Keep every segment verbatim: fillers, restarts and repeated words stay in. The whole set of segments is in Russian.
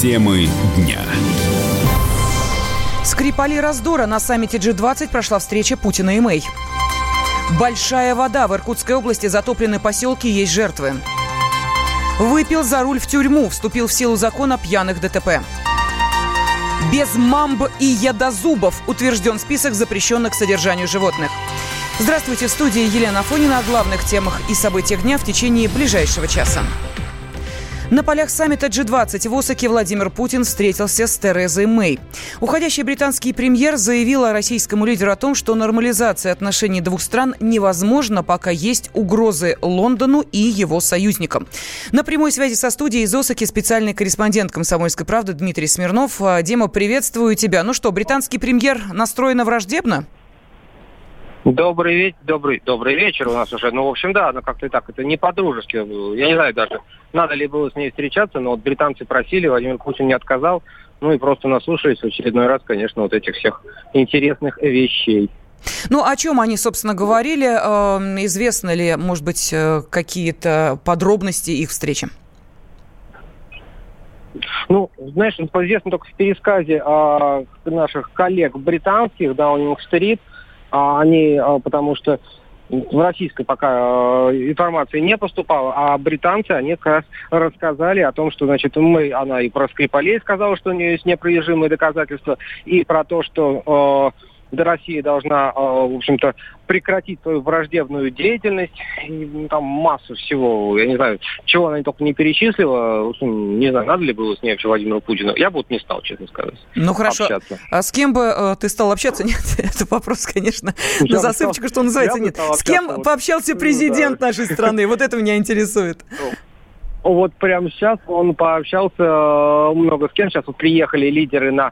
Темы дня. Скрипали раздора. На саммите джи двадцать прошла встреча Путина и Мэй. Большая вода. В Иркутской области затоплены поселки, есть жертвы. Выпил за руль в тюрьму. Вступил в силу закон о пьяных ДТП. Без мамб и ядозубов утвержден список запрещенных к содержанию животных. Здравствуйте, в студии Елена Афонина о главных темах и событиях дня в течение ближайшего часа. На полях саммита джи двадцать в Осаке Владимир Путин встретился с Терезой Мэй. Уходящий британский премьер заявил российскому лидеру о том, что нормализация отношений двух стран невозможна, пока есть угрозы Лондону и его союзникам. На прямой связи со студией из Осаки специальный корреспондент «Комсомольской правды» Дмитрий Смирнов. Дима, приветствую тебя. Ну что, британский премьер настроен враждебно? Добрый вечер, добрый, добрый вечер у нас уже. Ну, в общем, да, но как-то и так, это не по-дружески. Я не знаю даже, надо ли было с ней встречаться, но вот британцы просили, Владимир Путин не отказал. Ну и просто наслушались в очередной раз, конечно, вот этих всех интересных вещей. Ну, о чем они, собственно, говорили? Э, известно ли, может быть, какие-то подробности их встречи? Ну, знаешь, известно только в пересказе а, наших коллег британских, Даунинг-стрит. Они, потому что в российской пока информации не поступало, а британцы, они как раз рассказали о том, что, значит, мы, она и про Скрипалей сказала, что у нее есть неопровержимые доказательства, и про то, что э, да, Россия должна, э, в общем-то, прекратить свою враждебную деятельность, и, там массу всего, я не знаю, чего она только не перечислила, в общем, не знаю, надо ли было с ней вообще Владимиру Путину, я бы вот не стал, честно сказать. Ну хорошо, общаться. А с кем бы э, ты стал общаться? Нет, это вопрос, конечно, на засыпчику, что называется, нет. С кем вот, пообщался президент да. нашей страны? Вот это меня интересует. Вот прямо сейчас он пообщался много с кем, сейчас вот приехали лидеры на...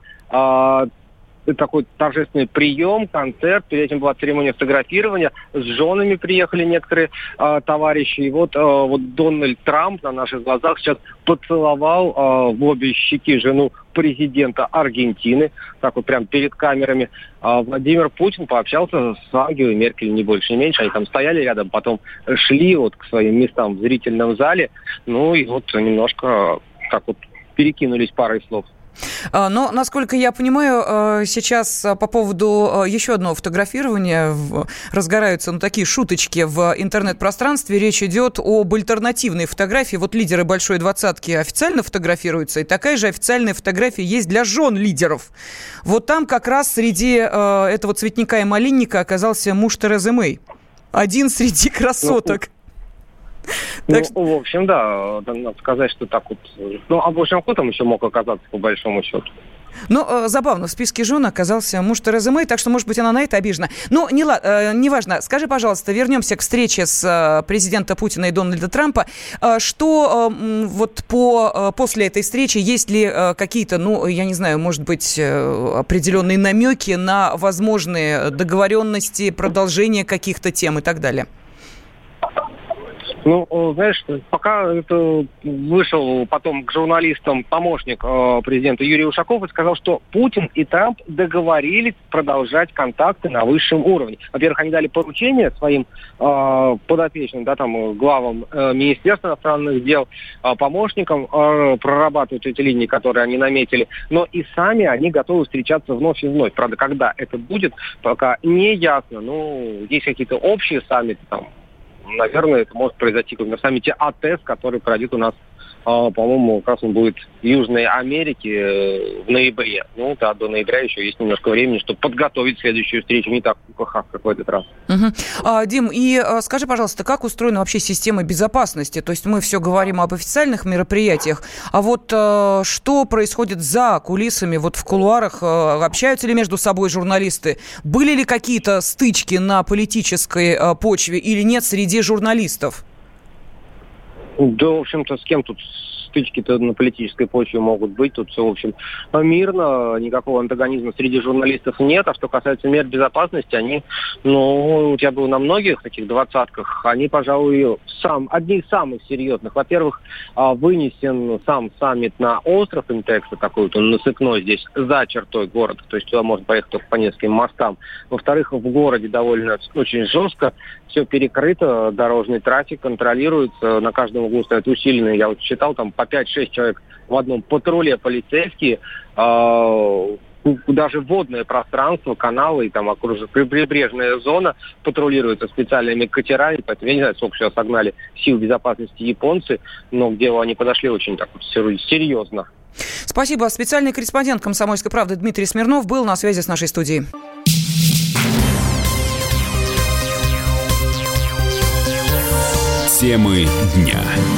такой торжественный прием, концерт. Перед этим была церемония фотографирования. С женами приехали некоторые э, товарищи. И вот, э, вот Дональд Трамп на наших глазах сейчас поцеловал э, в обе щеки жену президента Аргентины. Так вот прям перед камерами. А Владимир Путин пообщался с Ангелой Меркель, не больше, не меньше. Они там стояли рядом, потом шли вот к своим местам в зрительном зале. Ну и вот немножко так вот перекинулись парой слов. Но, насколько я понимаю, сейчас по поводу еще одного фотографирования разгораются ну, такие шуточки в интернет-пространстве. Речь идет об альтернативной фотографии. Вот лидеры Большой Двадцатки официально фотографируются, и такая же официальная фотография есть для жен лидеров. Вот там как раз среди этого цветника и малинника оказался муж Терезы Мэй. Один среди красоток. Ну, так... в общем, да, надо сказать, что так вот... Ну, а в общем, кто там еще мог оказаться, по большому счету? Ну, забавно, в списке жен оказался муж Терезы Мэй, так что, может быть, она на это обижена. Ну, не, не важно. Скажи, пожалуйста, вернемся к встрече с президентом Путина и Дональда Трампа. Что вот по, после этой встречи, есть ли какие-то, ну, я не знаю, может быть, определенные намеки на возможные договоренности, продолжение каких-то тем и так далее? Ну, знаешь, пока это вышел потом к журналистам помощник э, президента Юрий Ушаков и сказал, что Путин и Трамп договорились продолжать контакты на высшем уровне. Во-первых, они дали поручение своим э, подопечным, да, там, главам э, Министерства иностранных дел, э, помощникам э, прорабатывать эти линии, которые они наметили, но и сами они готовы встречаться вновь и вновь. Правда, когда это будет, пока не ясно. Ну, есть какие-то общие саммиты там. Наверное, это может произойти на саммите АТЭС, который пройдет у нас, по-моему, как раз он будет в Южной Америке в ноябре. Ну, да, до ноября еще есть немножко времени, чтобы подготовить следующую встречу. Не так плохо, как в этот раз. Угу. А, Дим, и а, скажи, пожалуйста, как устроена вообще система безопасности? То есть мы все говорим об официальных мероприятиях, а вот а, что происходит за кулисами, вот в кулуарах? А, общаются ли между собой журналисты? Были ли какие-то стычки на политической а, почве или нет среди журналистов? Да, в общем-то, с кем тут стычки-то на политической почве могут быть. Тут все, в общем, мирно, никакого антагонизма среди журналистов нет. А что касается мер безопасности, они, ну, я был на многих таких двадцатках, они, пожалуй, сам, одни из самых серьезных. Во-первых, вынесен сам саммит на остров Интекса, такой вот он насыпной здесь, за чертой города, то есть туда можно поехать только по нескольким мостам. Во-вторых, в городе довольно очень жестко все перекрыто, дорожный трафик контролируется, на каждом углу стоят усиленные, я вот читал, там по по пять-шесть человек в одном патруле полицейские, э, даже водное пространство, каналы и там окружена прибрежная зона патрулируется специальными катерами, поэтому я не знаю, сколько сейчас согнали сил безопасности японцы, но где они подошли очень так вот серьезно. Спасибо. Специальный корреспондент «Комсомольской правды» Дмитрий Смирнов был на связи с нашей студией. Темы дня.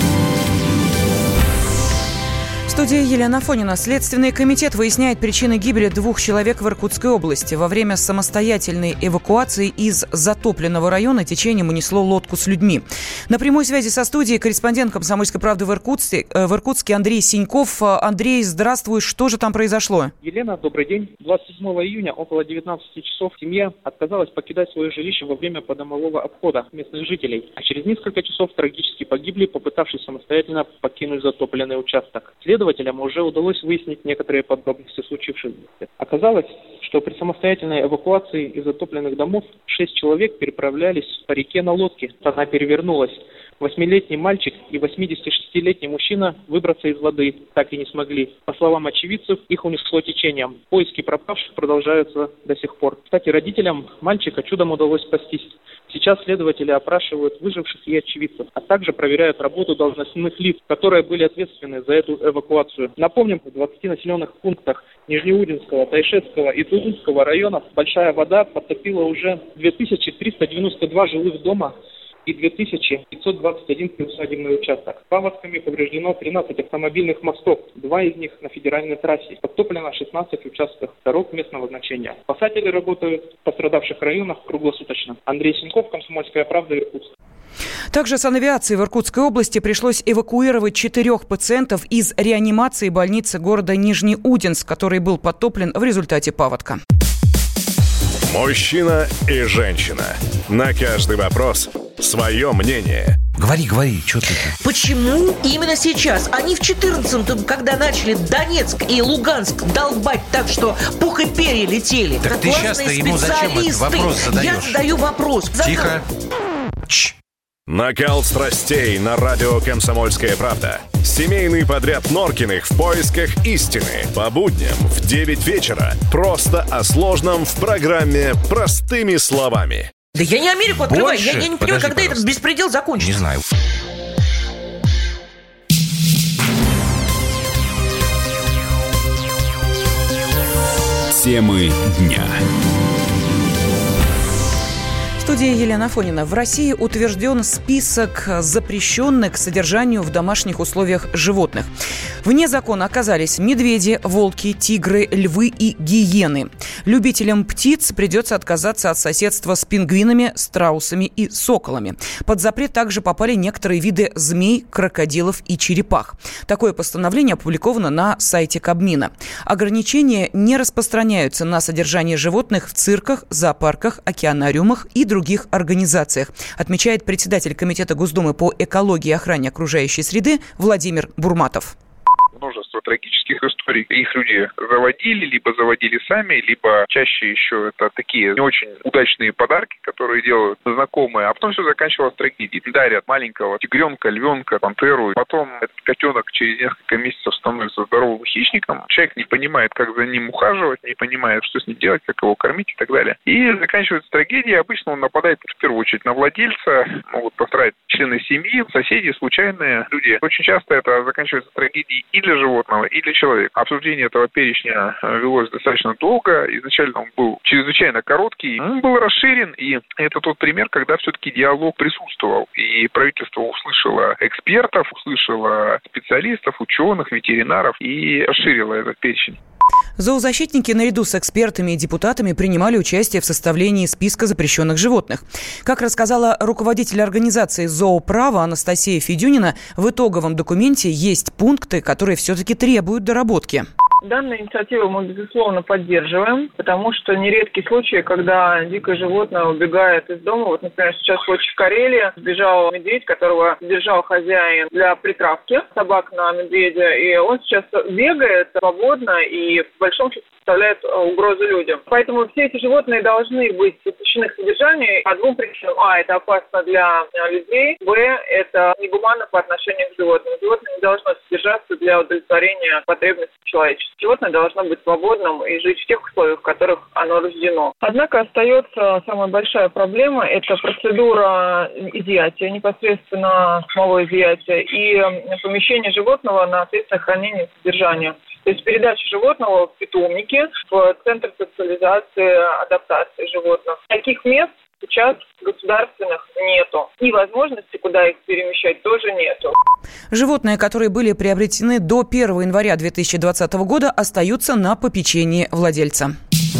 В студии Елена Афонина. Следственный комитет выясняет причины гибели двух человек в Иркутской области. Во время самостоятельной эвакуации из затопленного района течением унесло лодку с людьми. На прямой связи со студией корреспондент «Комсомольской правды» в Иркутске, в Иркутске Андрей Синьков. Андрей, здравствуй. Что же там произошло? Елена, добрый день. двадцать седьмого июня около девятнадцати часов семья отказалась покидать свое жилище во время подомового обхода местных жителей. А через несколько часов трагически погибли, попытавшись самостоятельно покинуть затопленный участок. Следователям уже удалось выяснить некоторые подробности случившегося. Оказалось, что при самостоятельной эвакуации из затопленных домов шесть человек переправлялись по реке на лодке. Она перевернулась. Восьмилетний мальчик и восьмидесятишестилетний мужчина выбраться из воды так и не смогли. По словам очевидцев, их унесло течением. Поиски пропавших продолжаются до сих пор. Кстати, родителям мальчика чудом удалось спастись. Сейчас следователи опрашивают выживших и очевидцев, а также проверяют работу должностных лиц, которые были ответственны за эту эвакуацию. Напомним, в двадцати населенных пунктах Нижнеудинского, Тайшетского и Тулунского районов большая вода подтопила уже две тысячи триста девяносто два жилых дома и две тысячи пятьсот двадцать один приусадебный участок. Паводками повреждено тринадцать автомобильных мостов, два из них на федеральной трассе. Подтоплено шестнадцать участков дорог местного значения. Спасатели работают в пострадавших районах круглосуточно. Андрей Синьков, «Комсомольская правда», Иркутск. Также санавиации в Иркутской области пришлось эвакуировать четырех пациентов из реанимации больницы города Нижнеудинск, который был подтоплен в результате паводка. Мужчина и женщина. На каждый вопрос свое мнение. Говори, говори, что ты? Почему именно сейчас? Они в четырнадцатом, когда начали Донецк и Луганск долбать так, что пух и перья летели. Так ты сейчас-то ему зачем этот вопрос задаешь? Я задаю вопрос. Тихо. Чш. Накал страстей на радио «Комсомольская правда». Семейный подряд Норкиных в поисках истины. По будням в девять вечера. Просто о сложном в программе «Простыми словами». Да я не Америку открываю. Больше? Я, я не понимаю, Подожди, когда пожалуйста. этот беспредел закончится. Не знаю. Темы дня. В студии Елена Афонина. В России утвержден список запрещенных к содержанию в домашних условиях животных. Вне закона оказались медведи, волки, тигры, львы и гиены. Любителям птиц придется отказаться от соседства с пингвинами, страусами и соколами. Под запрет также попали некоторые виды змей, крокодилов и черепах. Такое постановление опубликовано на сайте Кабмина. Ограничения не распространяются на содержание животных в цирках, зоопарках, океанариумах и других организациях, отмечает председатель Комитета Госдумы по экологии и охране окружающей среды Владимир Бурматов. Множество трагических историй. Их люди заводили, либо заводили сами, либо чаще еще это такие не очень удачные подарки, которые делают знакомые, а потом все заканчивалось трагедией. Дарят маленького тигренка, львенка, пантеру. Потом этот котенок через несколько месяцев становится здоровым хищником. Человек не понимает, как за ним ухаживать, не понимает, что с ним делать, как его кормить и так далее. И заканчивается трагедия. Обычно он нападает в первую очередь на владельца, могут пострадать члены семьи, соседи, случайные люди. Очень часто это заканчивается трагедией и для животного, и для человека. Обсуждение этого перечня велось достаточно долго. Изначально он был чрезвычайно короткий. Он был расширен, и это тот пример, когда все-таки диалог присутствовал. И правительство услышало экспертов, услышало специалистов, ученых, ветеринаров и расширило этот перечень. Зоозащитники наряду с экспертами и депутатами принимали участие в составлении списка запрещенных животных. Как рассказала руководитель организации «Зооправо» Анастасия Федюнина, в итоговом документе есть пункты, которые все-таки требуют доработки. Данную инициативу мы, безусловно, поддерживаем, потому что нередки случаи, когда дикое животное убегает из дома. Вот, например, сейчас в случае в Карелии сбежал медведь, которого держал хозяин для притравки собак на медведя, и он сейчас бегает свободно и в большом числе представляет угрозу людям. Поэтому все эти животные должны быть запрещены к содержанию по двум причинам. А, это опасно для людей. Б, это негуманно по отношению к животным. Животное не должно содержаться для удовлетворения потребностей человечества. Животное должно быть свободным и жить в тех условиях, в которых оно рождено. Однако остается самая большая проблема – это процедура изъятия, непосредственно самого изъятия, и помещение животного на ответственное хранение и содержание. То есть передача животного в питомники, в Центр социализации, адаптации животных. Таких мест сейчас государственных нету. И возможности, куда их перемещать, тоже нету. Животные, которые были приобретены до первого января две тысячи двадцатого года, остаются на попечении владельца.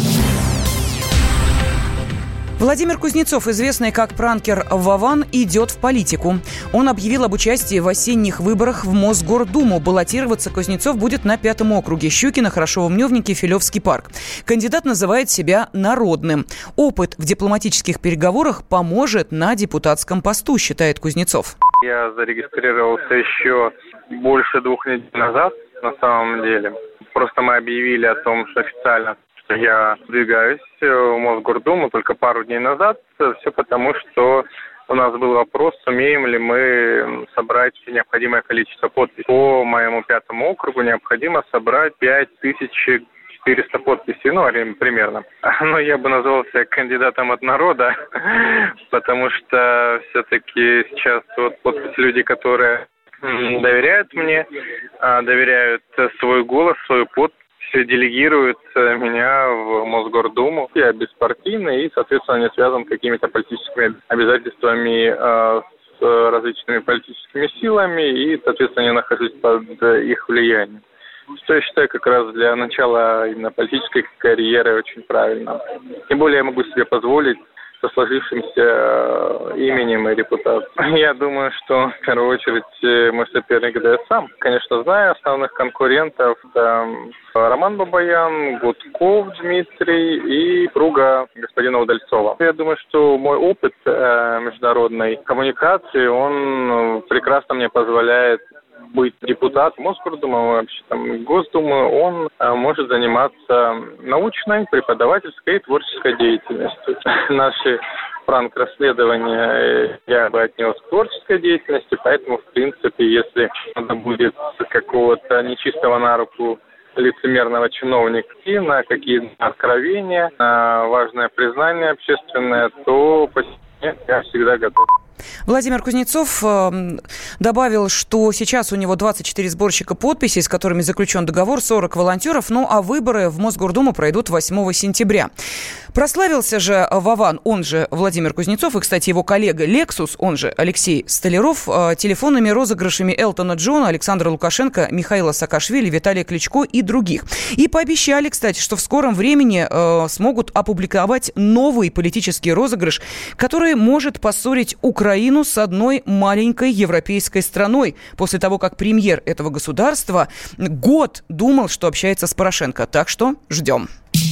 Владимир Кузнецов, известный как пранкер Вован, идет в политику. Он объявил об участии в осенних выборах в Мосгордуму. Баллотироваться Кузнецов будет на пятом округе: Щукино, Хорошово-Мневники, Филевский парк. Кандидат называет себя народным. Опыт в дипломатических переговорах поможет на депутатском посту, считает Кузнецов. Я зарегистрировался еще больше двух недель назад, на самом деле. Просто мы объявили о том, что официально я двигаюсь в Мосгордуму только пару дней назад. Все потому, что у нас был вопрос, сумеем ли мы собрать необходимое количество подписей. По моему пятому округу необходимо собрать пять тысяч четыреста подписей, ну, примерно. Но я бы назвал себя кандидатом от народа, потому что все-таки сейчас вот подпись люди, которые доверяют мне, доверяют свой голос, свою подпись, делегирует меня в Мосгордуму. Я беспартийный и, соответственно, не связан с какими-то политическими обязательствами э, с различными политическими силами и, соответственно, не нахожусь под их влиянием. Что я считаю как раз для начала именно политической карьеры очень правильно. Тем более я могу себе позволить со сложившимся именем и репутацией. Я думаю, что в первую очередь мой соперник да я сам. Конечно, знаю основных конкурентов. Это Роман Бабаян, Гудков Дмитрий и Пруга господина Удальцова. Я думаю, что мой опыт международной коммуникации, он прекрасно мне позволяет быть депутатом Мосгордумы, вообще там Госдумы, он а, может заниматься научной, преподавательской и творческой деятельностью. Наши пранк-расследования я бы отнес к творческой деятельности, поэтому, в принципе, если надо будет какого-то нечистого на руку лицемерного чиновника и на какие-то откровения, на важное признание общественное, то я всегда готов. Владимир Кузнецов э, добавил, что сейчас у него двадцать четыре сборщика подписей, с которыми заключен договор, сорок волонтеров, ну а выборы в Мосгордуму пройдут восьмого сентября. Прославился же Вован, он же Владимир Кузнецов, и, кстати, его коллега Лексус, он же Алексей Столяров, э, телефонными розыгрышами Элтона Джона, Александра Лукашенко, Михаила Саакашвили, Виталия Кличко и других. И пообещали, кстати, что в скором времени э, смогут опубликовать новый политический розыгрыш, который может поссорить Украину Украину с одной маленькой европейской страной после того, как премьер этого государства год думал, что общается с Порошенко. Так что ждем.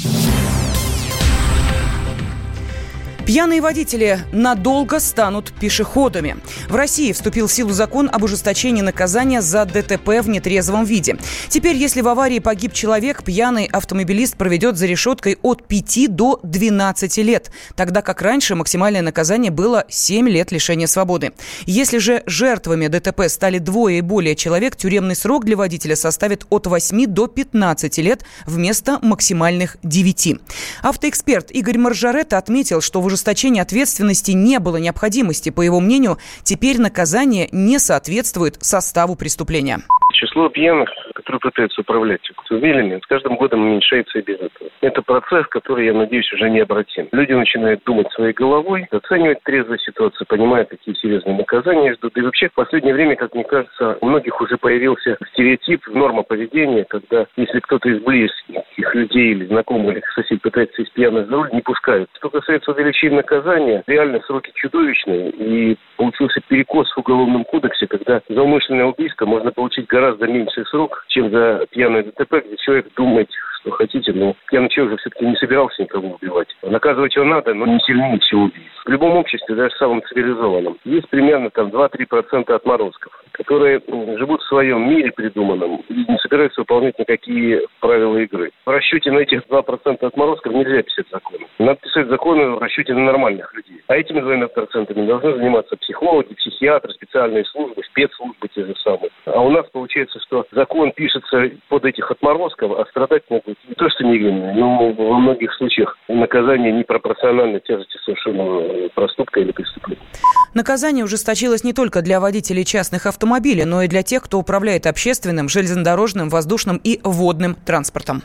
Пьяные водители надолго станут пешеходами. В России вступил в силу закон об ужесточении наказания за ДТП в нетрезвом виде. Теперь, если в аварии погиб человек, пьяный автомобилист проведет за решеткой от пяти до двенадцати лет, тогда как раньше максимальное наказание было семь лет лишения свободы. Если же жертвами ДТП стали двое и более человек, тюремный срок для водителя составит от восьми до пятнадцати лет вместо максимальных девяти. Автоэксперт Игорь Маржаретта отметил, что в ужесточении ответственности не было необходимости. По его мнению, теперь наказание не соответствует составу преступления. Число пьяных, которые пытаются управлять автомобилями, с каждым годом уменьшается и без этого. Это процесс, который, я надеюсь, уже необратим. Люди начинают думать своей головой, оценивать трезвую ситуацию, понимают, какие серьезные наказания ждут. И вообще, в последнее время, как мне кажется, у многих уже появился стереотип, норма поведения, когда если кто-то из близких людей или знакомых, или соседей пытается сесть пьяных за руль, не пускают. Что касается увеличения наказания, реально сроки чудовищные, и получился перекос в Уголовном кодексе, когда за умышленное убийство можно получить гораздо меньший срок, чем за пьяное ДТП, где человек думает, что хотите, но пьяный человек же все-таки не собирался никого убивать. Наказывать его надо, но не сильнее, чем убийц. В любом обществе, даже самом цивилизованном, есть примерно там два-три процента отморозков, которые живут в своем мире придуманном и не собираются выполнять никакие правила игры. В расчете на этих два процента отморозков нельзя писать законы. Надо писать законы в расчете на нормальных людей. А этими двумя процентами должны заниматься психологи, психиатры, специальные службы, спецслужбы те же самые. А у нас получается, что закон пишется под этих отморозков, а страдать могут не то, что невинные, но во многих случаях наказание непропорционально тяжести совершенного проступка или преступления. Наказание ужесточилось не только для водителей частных автомобилей, но и для тех, кто управляет общественным, железнодорожным, воздушным и водным транспортом.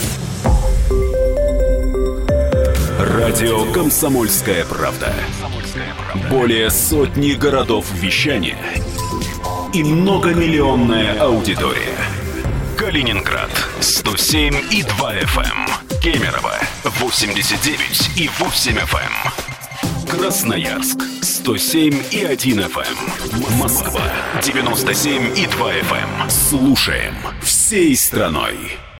Радио «Комсомольская правда». Более сотни городов вещания и многомиллионная аудитория. Калининград сто семь и два эф эм, Кемерово восемьдесят девять и восемь эф эм, Красноярск сто семь и один эф эм, Москва девяносто семь и два эф эм. Слушаем всей страной.